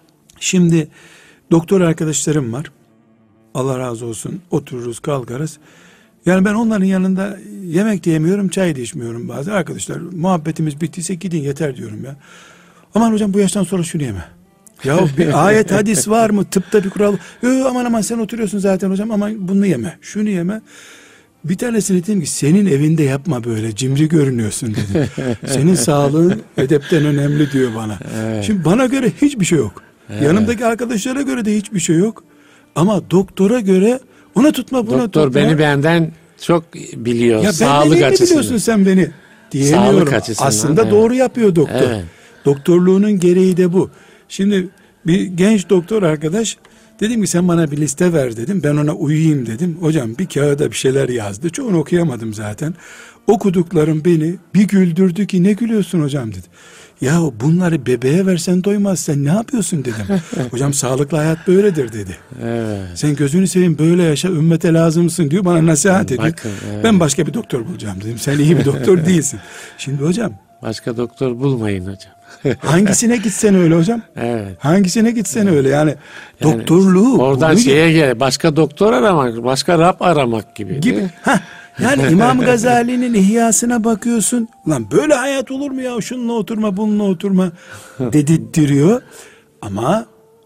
Şimdi doktor arkadaşlarım var. Allah razı olsun, otururuz, kalkarız. Yani ben onların yanında yemek de yemiyorum, çay da içmiyorum bazen. Arkadaşlar muhabbetimiz bittiyse gidin yeter diyorum ya. Aman hocam bu yaştan sonra şunu yeme. Ya bir ayet hadis var mı? Tıpta bir kural. Yo, aman aman sen oturuyorsun zaten hocam, aman bunu yeme, şunu yeme. Bir tanesine dedim ki senin evinde yapma böyle, cimri görünüyorsun dedim. Senin sağlığın edepten önemli diyor bana. Evet. Şimdi bana göre hiçbir şey yok. Evet. Yanımdaki arkadaşlara göre de hiçbir şey yok. Ama doktora göre ona tutma buna Doktor tutma. beni benden çok biliyor. Ya sağlık ben açısından. biliyorsun sen beni diyemiyorum. Sağlık açısından. Aslında evet. doğru yapıyor doktor. Evet. Doktorluğunun gereği de bu. Şimdi bir genç doktor arkadaş dedim ki sen bana bir liste ver dedim. Ben ona uyuyayım dedim. Hocam bir kağıda bir şeyler yazdı. Çoğunu okuyamadım zaten. Okuduklarım beni bir güldürdü ki ne gülüyorsun hocam dedi. Ya bunları bebeğe versen doymaz, sen ne yapıyorsun dedim. Hocam sağlıklı hayat böyledir dedi. Evet. Sen gözünü seveyim böyle yaşa, ümmete lazımsın diyor, bana nasihat ediyor. Bakın, evet. Ben başka bir doktor bulacağım dedim. Sen iyi bir doktor değilsin. Şimdi hocam. Başka doktor bulmayın hocam. Hangisine gitsen öyle hocam. Evet. Hangisine gitsen evet. öyle yani, yani doktorluğu. Oradan şeye gel, başka doktor aramak, başka Rab aramak gibi. Gibi. Hah. Yani İmam Gazali'nin İhyasına bakıyorsun. Lan böyle hayat olur mu ya? Şununla oturma, bununla oturma dedirtiyor. Ama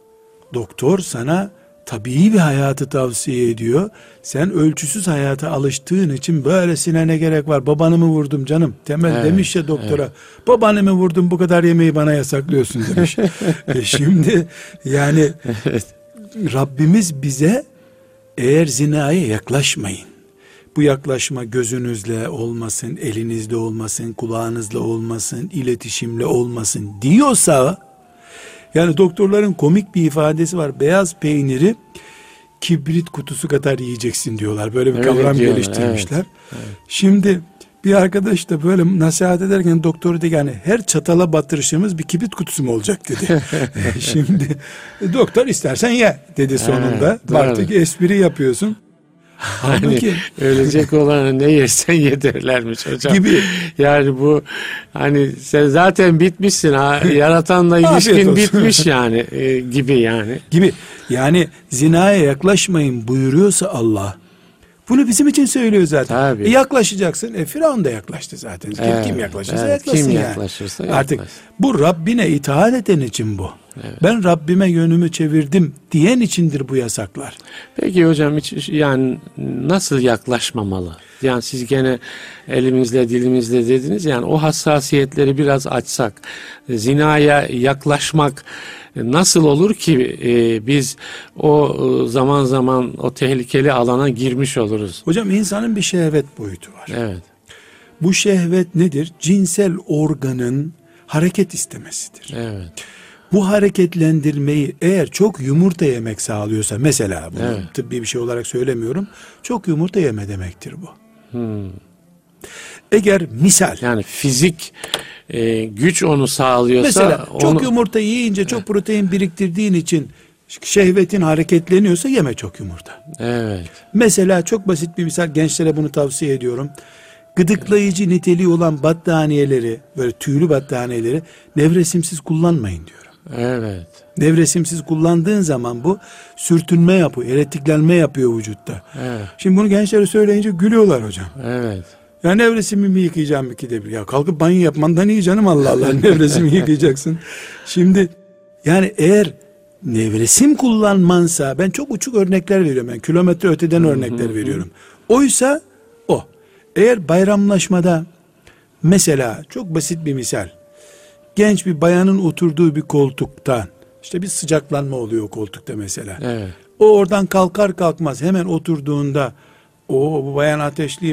doktor sana tabii bir hayatı tavsiye ediyor. Sen ölçüsüz hayata alıştığın için böylesine ne gerek var? Babanı mı vurdum canım? Temel evet, demiş ya doktora. Evet. Babanı mı vurdum, bu kadar yemeği bana yasaklıyorsun demiş. e şimdi yani Rabbimiz bize eğer zinaya yaklaşmayın, bu yaklaşma gözünüzle olmasın, elinizle olmasın, kulağınızla olmasın, iletişimle olmasın diyorsa, yani doktorların komik bir ifadesi var. Beyaz peyniri kibrit kutusu kadar yiyeceksin diyorlar. Böyle bir evet, kavram diyorlar, geliştirmişler. Evet, evet. Şimdi bir arkadaş da böyle nasihat ederken doktoru dedi yani her çatala batırışımız bir kibrit kutusu mu olacak dedi. Şimdi doktor istersen ye dedi sonunda. Evet, artık espri yapıyorsun. Hani ölecek olanı ne yersen yedirlermiş hocam. Gibi. Yani bu hani sen zaten bitmişsin ha, yaratanla ilişkin bitmiş yani e, gibi yani. Gibi. Yani zinaya yaklaşmayın buyuruyorsa Allah, bunu bizim için söylüyor zaten. E yaklaşacaksın. E Firavun da yaklaştı zaten. Evet, kim yaklaşırsa evet, yaklaşsın kim yani. Yaklaşırsa Artık yaklaş. Bu Rabbine itaat eden için bu. Evet. Ben Rabbime yönümü çevirdim diyen içindir bu yasaklar. Peki hocam hiç yani nasıl yaklaşmamalı? Yani siz gene elimizle dilimizle dediniz, yani o hassasiyetleri biraz açsak, zinaya yaklaşmak nasıl olur ki e, biz o e, zaman zaman o tehlikeli alana girmiş oluruz? Hocam insanın bir şehvet boyutu var. Evet. Bu şehvet nedir? Cinsel organın hareket istemesidir. Evet. Bu hareketlendirmeyi eğer çok yumurta yemek sağlıyorsa, mesela bunu evet, tıbbi bir şey olarak söylemiyorum, çok yumurta yeme demektir bu. Hmm. Eğer misal yani fizik e, güç onu sağlıyorsa, mesela çok onu... yumurta yiyince çok protein biriktirdiğin için şehvetin hareketleniyorsa yeme çok yumurta. Evet. Mesela çok basit bir misal, gençlere bunu tavsiye ediyorum. Gıdıklayıcı evet, niteliği olan battaniyeleri, böyle tüylü battaniyeleri nevresimsiz kullanmayın diyorum. Evet. Nevresimsiz kullandığın zaman bu sürtünme yapıyor, elektriklenme yapıyor vücutta. Evet. Şimdi bunu gençlere söyleyince gülüyorlar hocam. Evet. Ya nevresimi mi yıkayacağım ikide bir? Ya kalkıp banyo yapmandan iyi canım, Allah Allah, nevresimi yıkayacaksın. Şimdi yani eğer nevresim kullanmansa, ben çok uçuk örnekler veriyorum. Ben kilometre öteden örnekler veriyorum. Oysa o. Eğer bayramlaşmada mesela çok basit bir misal, genç bir bayanın oturduğu bir koltuktan işte bir sıcaklanma oluyor o koltukta mesela. Evet. O oradan kalkar kalkmaz hemen oturduğunda o bu bayan ateşliymiş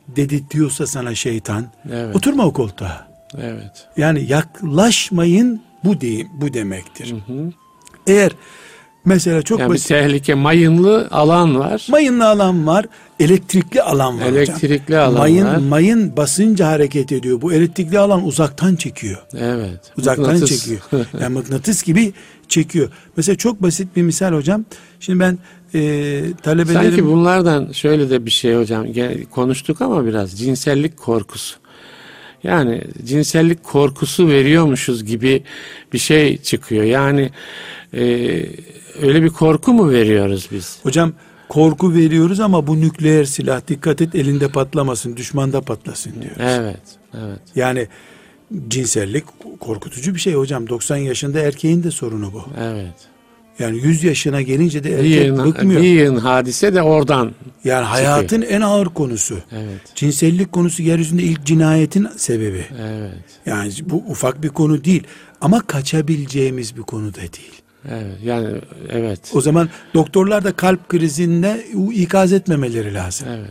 dedirtiyorsa sana şeytan, Evet. oturma o koltuğa. Evet. Yani yaklaşmayın bu değil, bu demektir. Hı hı. Eğer mesela çok Yani bir basit tehlike, mayınlı alan var. mayınlı alan var, elektrikli alan var Elektrikli hocam. alan mayın, var. Mayın basınca hareket ediyor. Bu elektrikli alan uzaktan çekiyor. Evet. Uzaktan Mıknatıs. çekiyor. Yani mıknatıs gibi çekiyor. Mesela çok basit bir misal hocam. Şimdi ben e, talebelerim... Sanki bunlardan şöyle de bir şey hocam. Gene konuştuk ama biraz cinsellik korkusu. Yani cinsellik korkusu veriyormuşuz gibi bir şey çıkıyor. Yani e, öyle bir korku mu veriyoruz biz? Hocam korku veriyoruz ama bu nükleer silah, dikkat et elinde patlamasın, düşmanda patlasın diyoruz. Evet, evet. Yani cinsellik korkutucu bir şey hocam. doksan yaşında erkeğin de sorunu bu. Evet. Yani yüz yaşına gelince de Bir erkek yığın, bıkmıyor. bir yığın hadise de oradan. Yani hayatın en ağır konusu. Evet. Cinsellik konusu yeryüzünde ilk cinayetin sebebi. Evet. Yani bu ufak bir konu değil. Ama kaçabileceğimiz bir konu da değil. Evet. Yani evet. O zaman doktorlar da kalp krizinde ikaz etmemeleri lazım. Evet.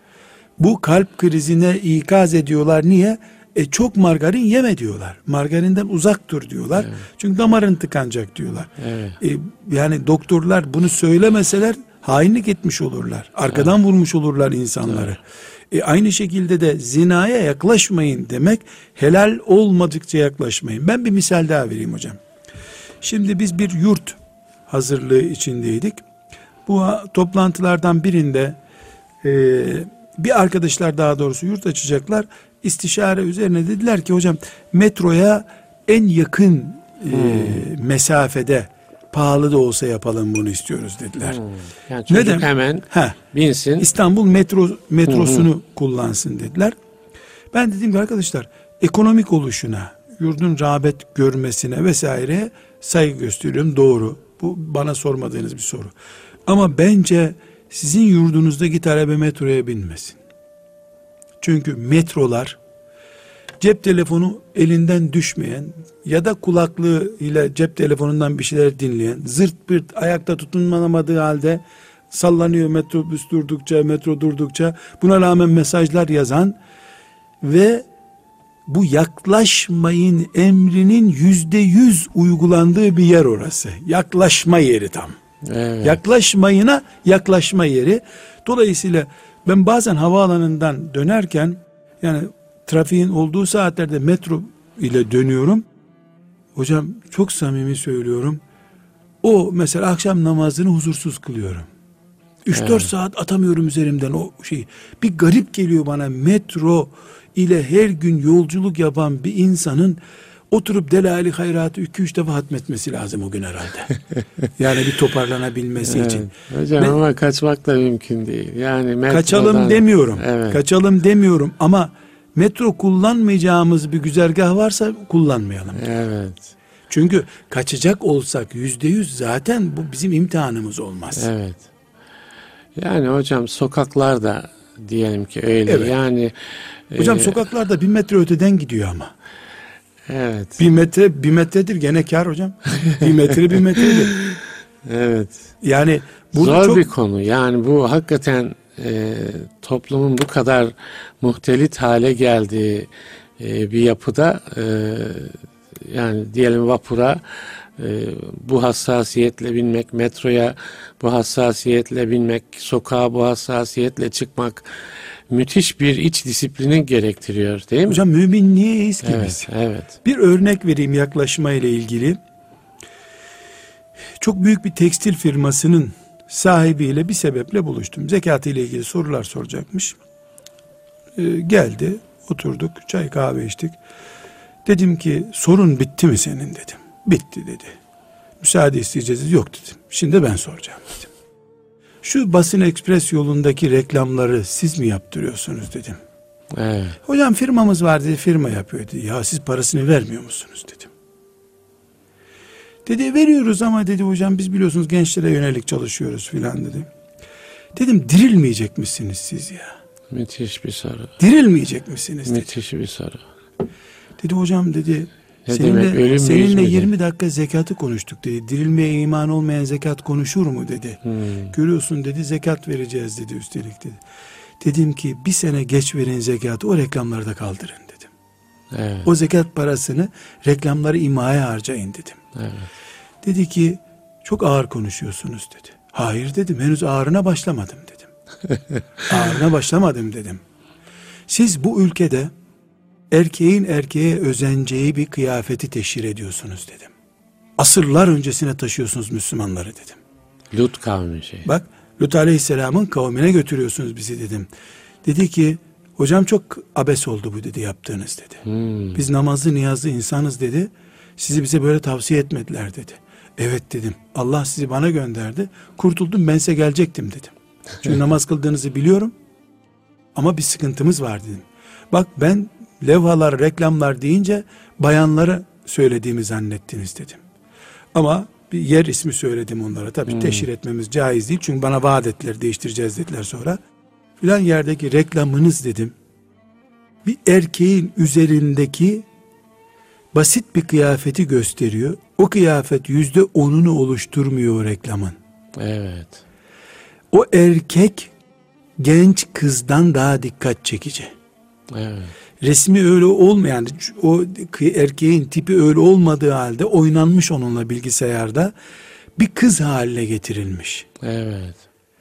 Bu kalp krizine ikaz ediyorlar. Niye? E çok margarin yeme diyorlar. Margarinden uzak dur diyorlar. Evet. Çünkü damarın tıkanacak diyorlar. Evet. E, yani doktorlar bunu söylemeseler hainlik etmiş olurlar. Arkadan evet. vurmuş olurlar insanları. Evet. E, aynı şekilde de zinaya yaklaşmayın demek, helal olmadıkça yaklaşmayın. Ben bir misal daha vereyim hocam. Şimdi biz bir yurt hazırlığı içindeydik. Bu toplantılardan birinde e, bir arkadaşlar daha doğrusu yurt açacaklar. İstişare üzerine dediler ki hocam metroya en yakın hmm. e, mesafede pahalı da olsa yapalım bunu istiyoruz dediler. Hmm. Yani çocuk neden? Hemen Heh, binsin. İstanbul metro metrosunu hmm. kullansın dediler. Ben dedim ki arkadaşlar ekonomik oluşuna, yurdun rağbet görmesine vesaire saygı gösteriyorum, doğru. Bu bana sormadığınız bir soru. Ama bence sizin yurdunuzdaki talebe metroya binmesin. Çünkü metrolar cep telefonu elinden düşmeyen ya da kulaklığı ile cep telefonundan bir şeyler dinleyen, zırt pırt ayakta tutunamadığı halde sallanıyor metrobüs durdukça, metro durdukça, buna rağmen mesajlar yazan ve bu yaklaşmayın emrinin yüzde yüz uygulandığı bir yer orası. Yaklaşma yeri tam. Evet. Yaklaşmayına yaklaşma yeri. Dolayısıyla ben bazen havaalanından dönerken yani trafiğin olduğu saatlerde metro ile dönüyorum. Hocam çok samimi söylüyorum. O mesela akşam namazını huzursuz kılıyorum. üç dört evet. saat atamıyorum üzerimden o şeyi. Bir garip geliyor bana metro ile her gün yolculuk yapan bir insanın oturup Delali Hayrat'ı iki üç defa hatmetmesi lazım o gün herhalde. Yani bir toparlanabilmesi evet. için. Hocam Ve, ama kaçmak da mümkün değil. Yani metrodan, kaçalım demiyorum. Evet. Kaçalım demiyorum ama metro kullanmayacağımız bir güzergah varsa kullanmayalım. Evet. Çünkü kaçacak olsak yüzde yüz zaten bu bizim imtihanımız olmaz. Evet. Yani hocam sokaklarda diyelim ki öyle. Evet. Yani hocam e, sokaklarda bir metre öteden gidiyor ama. Evet. Bir metre bir metredir gene kar hocam. Bir metre bir metredir. Evet. Yani zor çok... bir konu. Yani bu hakikaten e, toplumun bu kadar muhtelit hale geldiği e, bir yapıda e, yani diyelim vapura e, bu hassasiyetle binmek, metroya bu hassasiyetle binmek, sokağa bu hassasiyetle çıkmak müthiş bir iç disiplini gerektiriyor değil mi? Hocam mümin niyeyiz ki evet, biz? Evet. Bir örnek vereyim yaklaşma ile ilgili. Çok büyük bir tekstil firmasının sahibiyle bir sebeple buluştum. Zekatı ile ilgili sorular soracakmış. Ee, geldi, oturduk, çay kahve içtik. Dedim ki sorun bitti mi senin dedim. Bitti dedi. Müsaade isteyeceğiz. Yok dedim. Şimdi ben soracağım dedim. Şu Basın Ekspres yolundaki reklamları siz mi yaptırıyorsunuz dedim. Evet. Hocam firmamız var dedi, firma yapıyor dedi. Ya siz parasını vermiyor musunuz dedim. Dedi veriyoruz ama dedi hocam biz biliyorsunuz gençlere yönelik çalışıyoruz filan dedi. Dedim dirilmeyecek misiniz siz ya? Müthiş bir soru. Dirilmeyecek misiniz dedi. Müthiş bir soru. Dedi hocam dedi ne seninle, demek, seninle yirmi dakika zekatı konuştuk dedi. Dirilmeye iman olmayan zekat konuşur mu dedi. Hmm. Görüyorsun dedi zekat vereceğiz dedi üstelik dedi. Dedim ki bir sene geç verin zekatı, o reklamları da kaldırın dedim. Evet. O zekat parasını reklamları imaya harcayın dedim. Evet. Dedi ki çok ağır konuşuyorsunuz dedi. Hayır dedim, henüz ağırına başlamadım dedim. Ağırına başlamadım dedim. Siz bu ülkede erkeğin erkeğe özeneceği bir kıyafeti teşhir ediyorsunuz dedim. Asırlar öncesine taşıyorsunuz Müslümanları dedim. Lut kavmi şey. Bak Lut Aleyhisselam'ın kavmine götürüyorsunuz bizi dedim. Dedi ki hocam çok abes oldu bu dedi yaptığınız dedi. Hmm. Biz namazlı niyazlı insanız dedi. Sizi bize böyle tavsiye etmediler dedi. Evet dedim. Allah sizi bana gönderdi. Kurtuldum, ben size gelecektim dedim. Çünkü namaz kıldığınızı biliyorum. Ama bir sıkıntımız var dedim. Bak ben levhalar, reklamlar deyince bayanlara söylediğimi zannettiniz dedim. Ama bir yer ismi söyledim onlara. Tabii hmm. teşhir etmemiz caiz değil. Çünkü bana vaat ettiler, değiştireceğiz dediler sonra. Filan yerdeki reklamınız dedim. Bir erkeğin üzerindeki basit bir kıyafeti gösteriyor. O kıyafet yüzde onunu oluşturmuyor o reklamın. Evet. O erkek genç kızdan daha dikkat çekici. Evet. Resmi öyle olmayan, o erkeğin tipi öyle olmadığı halde oynanmış onunla bilgisayarda, bir kız haline getirilmiş. Evet.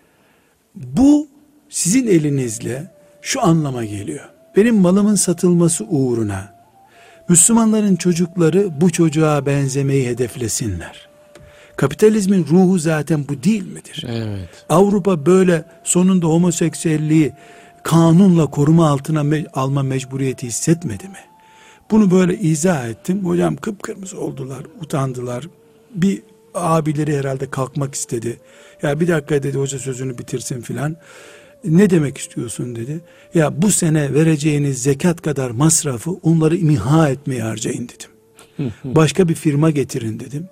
Bu sizin elinizle şu anlama geliyor. Benim malımın satılması uğruna Müslümanların çocukları bu çocuğa benzemeyi hedeflesinler. Kapitalizmin ruhu zaten bu değil midir? Evet. Avrupa böyle sonunda homoseksüelliği kanunla koruma altına me- alma mecburiyeti hissetmedi mi? Bunu böyle izah ettim. Hocam kıpkırmızı oldular, utandılar. Bir abileri herhalde kalkmak istedi. Ya bir dakika dedi, hoca sözünü bitirsin filan. Ne demek istiyorsun dedi. Ya bu sene vereceğiniz zekat kadar masrafı onları imha etmeye harcayın dedim. Başka bir firma getirin dedim.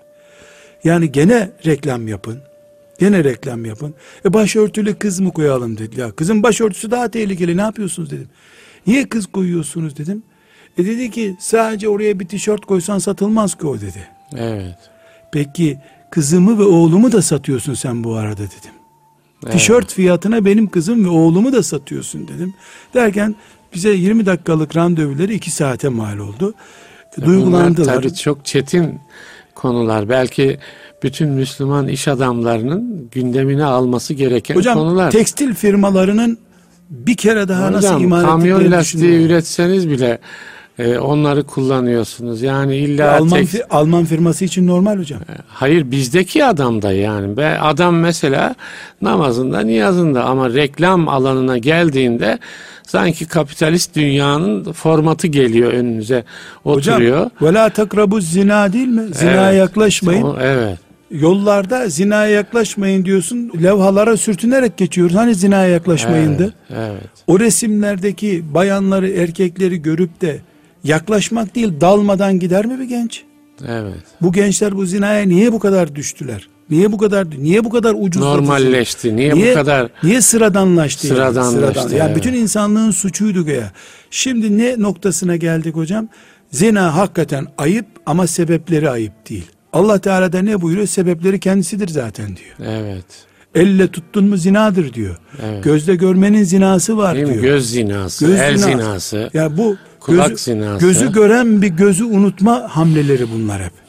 Yani gene reklam yapın. Gene reklam yapın. E başörtülü kız mı koyalım dedi. Ya kızın başörtüsü daha tehlikeli, ne yapıyorsunuz dedim. Niye kız koyuyorsunuz dedim. E dedi ki sadece oraya bir tişört koysan satılmaz ki o dedi. Evet. Peki kızımı ve oğlumu da satıyorsun sen bu arada dedim. Evet. Tişört fiyatına benim kızım ve oğlumu da satıyorsun dedim. Derken bize yirmi dakikalık randevuları iki saate mal oldu. E Duygulandılar. Bunlar tabii çok çetin konular. Belki bütün Müslüman iş adamlarının gündemine alması gereken Hocam, konular. Hocam tekstil firmalarının bir kere daha Hocam, nasıl iman ettiklerini kamyon lastiği üretseniz bile e, onları kullanıyorsunuz. Yani illa Alman, tek... fi, Alman firması için normal hocam. Hayır, bizdeki adam da yani. Be, adam mesela namazında, niyazında, ama reklam alanına geldiğinde sanki kapitalist dünyanın formatı geliyor önünüze, oturuyor. Hocam, ve la takrabu zina değil mi? Zinaya evet, yaklaşmayın. O, evet. Yollarda zinaya yaklaşmayın diyorsun. Levhalara sürtünerek geçiyoruz. Hani zinaya yaklaşmayındı? Evet, evet. O resimlerdeki bayanları, erkekleri görüp de yaklaşmak değil, dalmadan gider mi bir genç? Evet. Bu gençler bu zinaya niye bu kadar düştüler? Niye bu kadar niye bu kadar ucuz normalleşti? Niye, niye bu kadar niye sıradanlaştı? Sıradanlaştı. Yani, Sıradan. yani evet. bütün insanlığın suçuydu ya. Şimdi ne noktasına geldik hocam? Zina hakikaten ayıp ama sebepleri ayıp değil. Allah Teala da ne buyuruyor? Sebepleri kendisidir zaten diyor. Evet. Elle tuttun mu zinadır diyor. Evet. Gözle görmenin zinası var Değil diyor. Mi? Göz zinası, göz el zinası. zinası. Ya bu kulak gözü, zinası. Gözü gören bir gözü unutma hamleleri bunlar hep.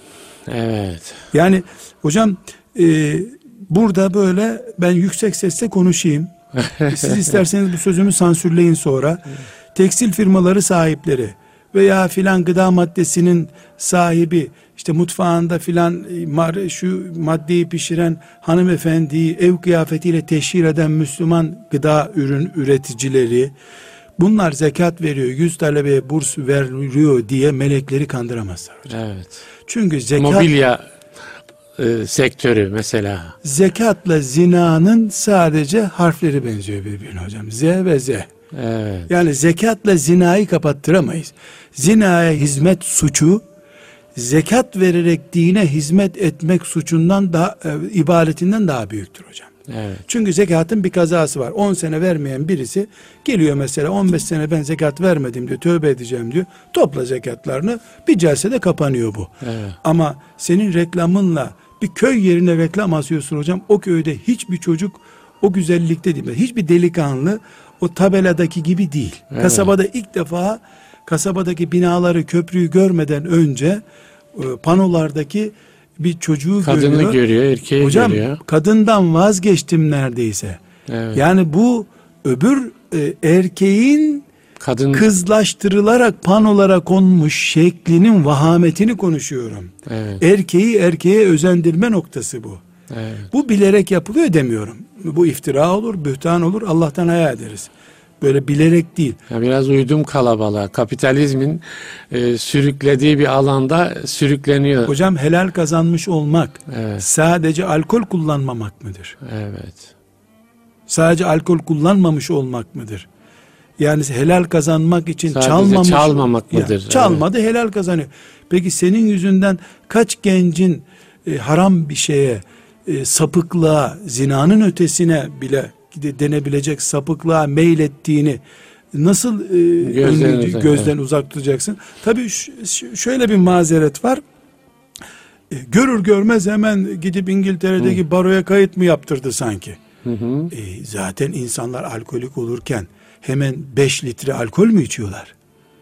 Evet. Yani hocam e, burada böyle ben yüksek sesle konuşayım. Siz isterseniz bu sözümü sansürleyin sonra. Tekstil firmaları sahipleri veya filan gıda maddesinin sahibi, işte mutfağında filan şu maddeyi pişiren hanımefendiyi ev kıyafetiyle teşhir eden Müslüman gıda ürün üreticileri, bunlar zekat veriyor, yüz talebeye burs veriyor diye melekleri kandıramazlar hocam. Evet. Çünkü zekat, mobilya e, sektörü mesela. Zekatla zinanın sadece harfleri benziyor birbirine hocam. Z ve Z. Evet. Yani zekatla zinayı kapattıramayız. Zinaya hizmet suçu, zekat vererek dine hizmet etmek suçundan daha, e, ibadetinden daha büyüktür hocam. Evet. Çünkü zekatın bir kazası var. on sene vermeyen birisi geliyor mesela, on beş sene ben zekat vermedim diyor, tövbe edeceğim diyor. Topla zekatlarını, bir celsede kapanıyor bu. Evet. Ama senin reklamınla bir köy yerine reklam asıyorsun hocam. O köyde hiçbir çocuk o güzellikte değil mi? Hiçbir delikanlı o tabeladaki gibi değil. Evet. Kasabada ilk defa kasabadaki binaları, köprüyü görmeden önce e, panolardaki bir çocuğu Kadını görüyor. görüyor, erkeği Hocam, görüyor. kadından vazgeçtim neredeyse. Evet. Yani bu öbür e, erkeğin Kadın kızlaştırılarak panolara konmuş şeklinin vahametini konuşuyorum. Evet. Erkeği erkeğe özendirme noktası bu. Evet. Bu bilerek yapılıyor demiyorum. Bu iftira olur, bühtan olur, Allah'tan haya ederiz. Böyle bilerek değil. Ya biraz uydum kalabalığa. Kapitalizmin e, sürüklediği bir alanda sürükleniyor. Hocam, helal kazanmış olmak Evet. sadece alkol kullanmamak mıdır? Evet. Sadece alkol kullanmamış olmak mıdır? Yani helal kazanmak için Sadece çalmamış, çalmamak Ya, mıdır? çalmadı, helal kazanıyor. Peki senin yüzünden kaç gencin e, haram bir şeye, e, sapıklığa, zinanın ötesine bile denebilecek sapıklığa meylettiğini nasıl e, Gözden önlü- uzak, gözden evet. uzak tutacaksın? Tabii ş- ş- şöyle bir mazeret var. E, görür görmez hemen gidip İngiltere'deki baroya kayıt mı yaptırdı sanki? Hı hı. E, zaten insanlar alkolik olurken hemen beş litre alkol mü içiyorlar?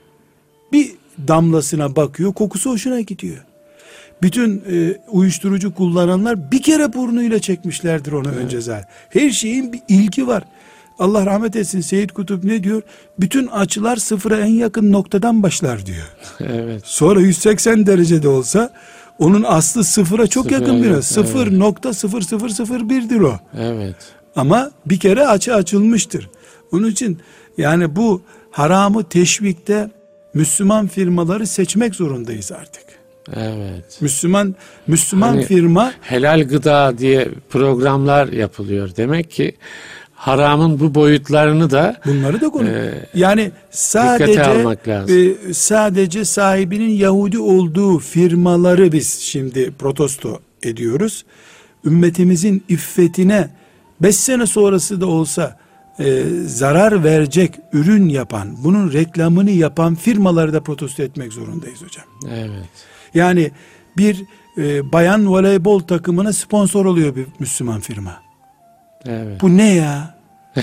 Bir damlasına bakıyor, kokusu hoşuna gidiyor. Bütün e, uyuşturucu kullananlar bir kere burnuyla çekmişlerdir onu önce zaten. Her şeyin bir ilki var. Allah rahmet etsin, Seyyid Kutup ne diyor? Bütün açılar sıfıra en yakın noktadan başlar diyor. Evet. Sonra yüz seksen derecede olsa onun aslı sıfıra çok Sıfıra yakın bir yakın, yer. sıfır nokta sıfır sıfır sıfır birdir o. Evet. Ama bir kere açı açılmıştır. Onun için yani bu haramı teşvikte Müslüman firmaları seçmek zorundayız artık. Evet. Müslüman Müslüman Hani firma helal gıda diye programlar yapılıyor. Demek ki haramın bu boyutlarını da bunları da konu. Ee, yani sadece dikkate almak lazım. e, sadece sahibinin Yahudi olduğu firmaları biz şimdi protesto ediyoruz. Ümmetimizin iffetine beş sene sonrası da olsa e, zarar verecek ürün yapan, bunun reklamını yapan firmaları da protesto etmek zorundayız hocam. evet. Yani bir e, bayan voleybol takımına sponsor oluyor bir Müslüman firma. Evet. Bu ne ya?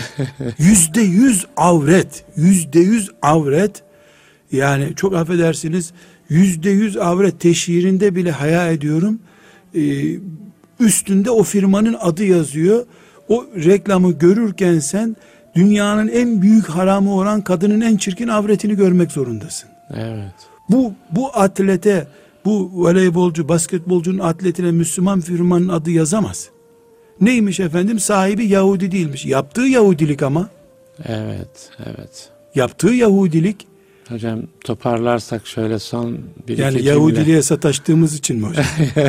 Yüzde yüz avret, yüzde yüz avret. Yani çok affedersiniz, yüzde yüz avret teşhirinde bile haya ediyorum. Ee, üstünde o firmanın adı yazıyor. O reklamı görürken sen dünyanın en büyük haramı olan kadının en çirkin avretini görmek zorundasın. Evet. Bu bu atlete, bu voleybolcu, basketbolcunun atletine Müslüman firmanın adı yazamaz. Neymiş efendim? Sahibi Yahudi değilmiş. Yaptığı Yahudilik ama. Evet. Evet. Yaptığı Yahudilik. Hocam toparlarsak şöyle son bir Yani iki cümle. Yahudiliğe sataştığımız için mi hocam?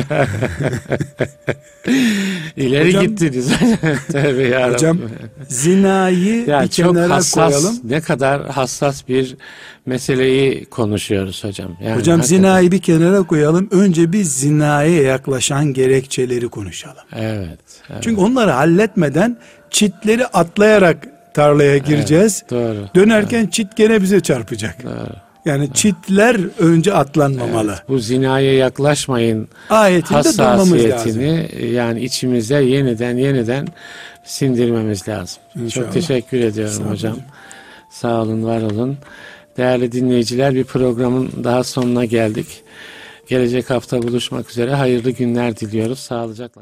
İleri Hocam- gittiniz. Tövbe yarabbim. Hocam zinayı Ya bir çok kenara hassas, koyalım. ne kadar hassas bir meseleyi konuşuyoruz hocam. Yani Hocam hakikaten- zinayı bir kenara koyalım. Önce bir zinaya yaklaşan gerekçeleri konuşalım. Evet. evet. Çünkü onları halletmeden çitleri atlayarak tarlaya gireceğiz. Doğru. Dönerken çit gene bize çarpacak. Doğru. Yani çitler önce atlanmamalı. Evet, bu zinaya yaklaşmayın Ayetinde durmamız lazım. hassasiyetini yani içimize yeniden yeniden sindirmemiz lazım. İnşallah. Çok teşekkür ediyorum Sağ olun hocam. hocam. Sağ olun, var olun. Değerli dinleyiciler, bir programın daha sonuna geldik. Gelecek hafta buluşmak üzere. Hayırlı günler diliyoruz. Sağlıcakla.